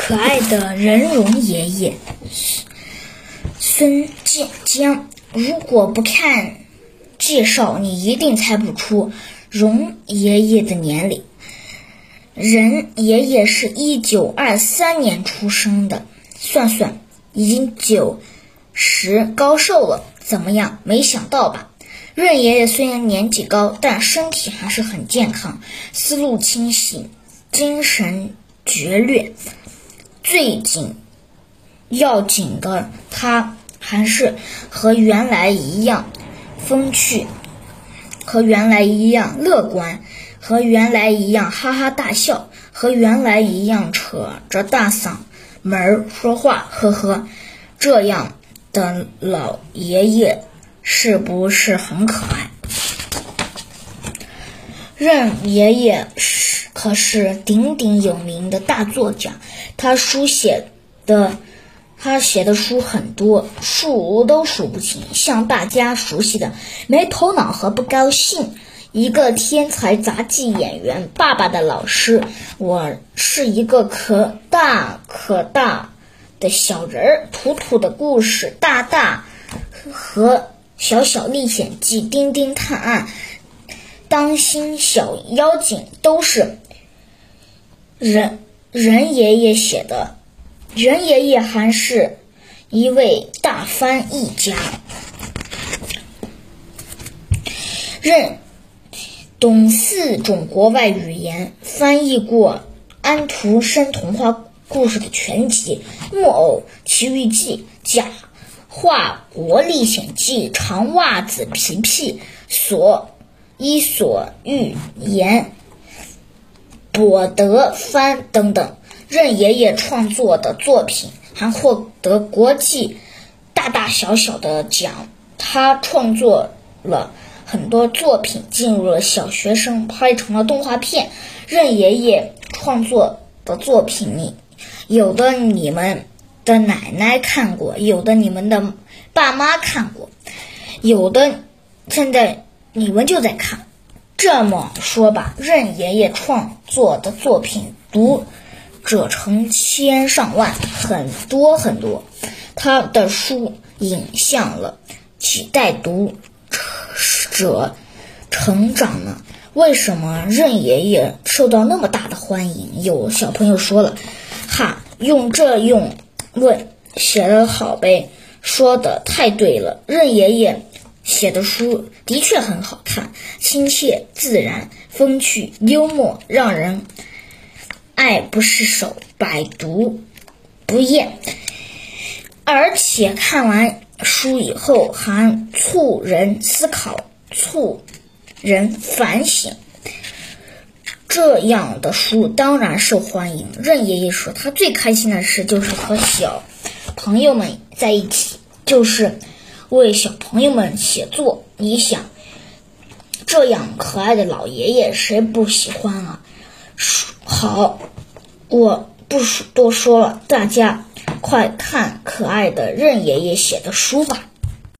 可爱的任荣爷爷孙建江。如果不看介绍，你一定猜不出荣爷爷的年龄。任爷爷是1923年出生的，算算已经90高寿了，怎么样？没想到吧？任爷爷虽然年纪高，但身体还是很健康，思路清醒，精神绝略。最要紧的，他还是和原来一样风趣，和原来一样乐观，和原来一样哈哈大笑，和原来一样扯着大嗓门说话，呵呵。这样的老爷爷是不是很可爱？任爷爷可是鼎鼎有名的大作家，他写的书很多，数都数不清。像大家熟悉的《没头脑和不高兴》，一个天才杂技演员爸爸的老师，我是一个可大的小人儿，土土的故事，大大和小小历险记，丁丁探案，当心小妖精，都是任爷爷写的。任爷爷还是一位大翻译家，任懂4种国外语言，翻译过安徒生童话故事的全集、木偶奇遇记、假华国历险记、长袜子皮皮、伊索寓言、博德番等等。任爷爷创作的作品还获得国际大大小小的奖，他创作了很多作品进入了小学生，拍成了动画片。任爷爷创作的作品，有的你们的奶奶看过，有的你们的爸妈看过，有的现在你们就在看。这么说吧，任爷爷创作的作品读者成千上万，很多很多。他的书影响了几代读者成长呢。为什么任爷爷受到那么大的欢迎？有小朋友说了，用论写得好呗，说的太对了。任爷爷写的书的确很好看，亲切自然，风趣幽默，让人爱不释手，百读不厌。而且看完书以后还促人思考，促人反省，这样的书当然受欢迎。任爷爷说，他最开心的事就是和小朋友们在一起，就是为小朋友们写作。你想，这样可爱的老爷爷谁不喜欢啊？好，我不多说了，大家快看可爱的任爷爷写的书吧。